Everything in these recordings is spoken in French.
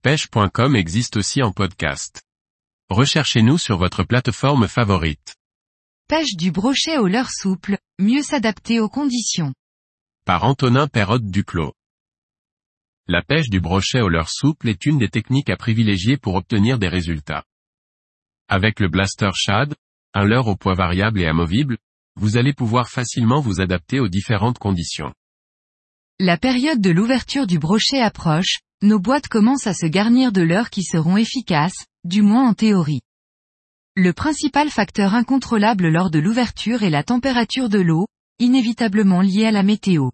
pêche.com existe aussi en podcast. Recherchez-nous sur votre plateforme favorite. Pêche du brochet au leurre souple, mieux s'adapter aux conditions. Par Antonin Perrotte Duclos. La pêche du brochet au leurre souple est une des techniques à privilégier pour obtenir des résultats. Avec le Blaster Shad, un leurre au poids variable et amovible, vous allez pouvoir facilement vous adapter aux différentes conditions. La période de l'ouverture du brochet approche, nos boîtes commencent à se garnir de leurres qui seront efficaces, du moins en théorie. Le principal facteur incontrôlable lors de l'ouverture est la température de l'eau, inévitablement liée à la météo.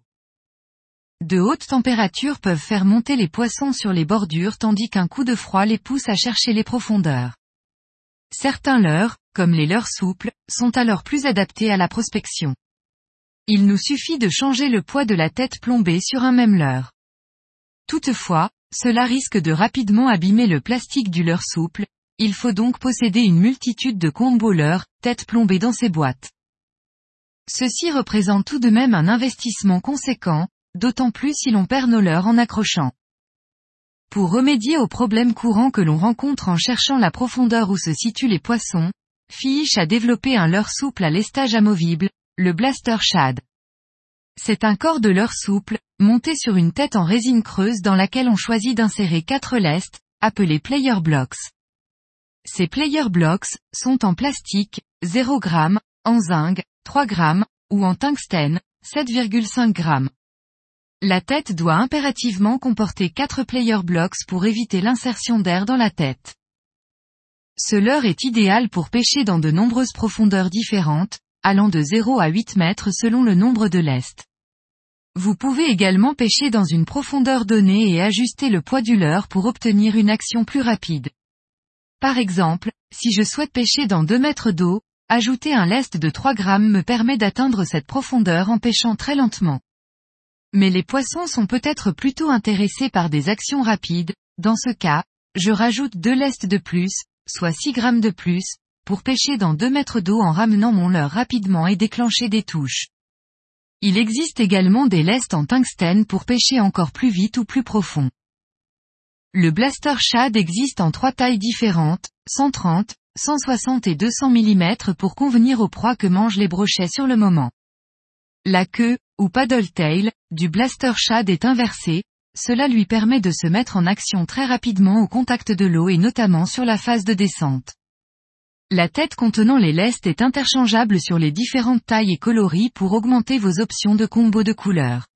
De hautes températures peuvent faire monter les poissons sur les bordures tandis qu'un coup de froid les pousse à chercher les profondeurs. Certains leurres, comme les leurres souples, sont alors plus adaptés à la prospection. Il nous suffit de changer le poids de la tête plombée sur un même leurre. Toutefois, cela risque de rapidement abîmer le plastique du leurre souple, il faut donc posséder une multitude de combo leurres, tête plombée dans ces boîtes. Ceci représente tout de même un investissement conséquent, d'autant plus si l'on perd nos leurres en accrochant. Pour remédier aux problèmes courants que l'on rencontre en cherchant la profondeur où se situent les poissons, Fish a développé un leurre souple à lestage amovible, le Blaster Shad. C'est un corps de leurre souple, monté sur une tête en résine creuse dans laquelle on choisit d'insérer 4 lestes, appelés player blocks. Ces player blocks sont en plastique, 0 g, en zinc, 3 g, ou en tungstène, 7,5 g. La tête doit impérativement comporter 4 player blocks pour éviter l'insertion d'air dans la tête. Ce leurre est idéal pour pêcher dans de nombreuses profondeurs différentes, allant de 0 à 8 mètres selon le nombre de lestes. Vous pouvez également pêcher dans une profondeur donnée et ajuster le poids du leurre pour obtenir une action plus rapide. Par exemple, si je souhaite pêcher dans 2 mètres d'eau, ajouter un lest de 3 grammes me permet d'atteindre cette profondeur en pêchant très lentement. Mais les poissons sont peut-être plutôt intéressés par des actions rapides, dans ce cas, je rajoute 2 lestes de plus, soit 6 grammes de plus, pour pêcher dans 2 mètres d'eau en ramenant mon leurre rapidement et déclencher des touches. Il existe également des lestes en tungstène pour pêcher encore plus vite ou plus profond. Le Blaster Shad existe en 3 tailles différentes, 130, 160 et 200 mm pour convenir aux proies que mangent les brochets sur le moment. La queue, ou paddle tail, du Blaster Shad est inversée, cela lui permet de se mettre en action très rapidement au contact de l'eau et notamment sur la phase de descente. La tête contenant les lestes est interchangeable sur les différentes tailles et coloris pour augmenter vos options de combo de couleurs.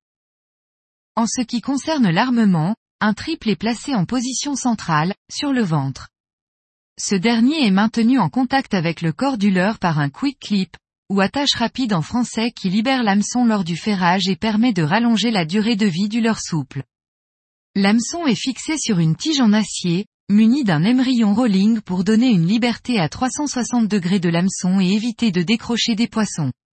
En ce qui concerne l'armement, un triple est placé en position centrale, sur le ventre. Ce dernier est maintenu en contact avec le corps du leurre par un quick clip, ou attache rapide en français qui libère l'hameçon lors du ferrage et permet de rallonger la durée de vie du leurre souple. L'hameçon est fixé sur une tige en acier, muni d'un émerillon rolling pour donner une liberté à 360 degrés de l'hameçon et éviter de décrocher des poissons.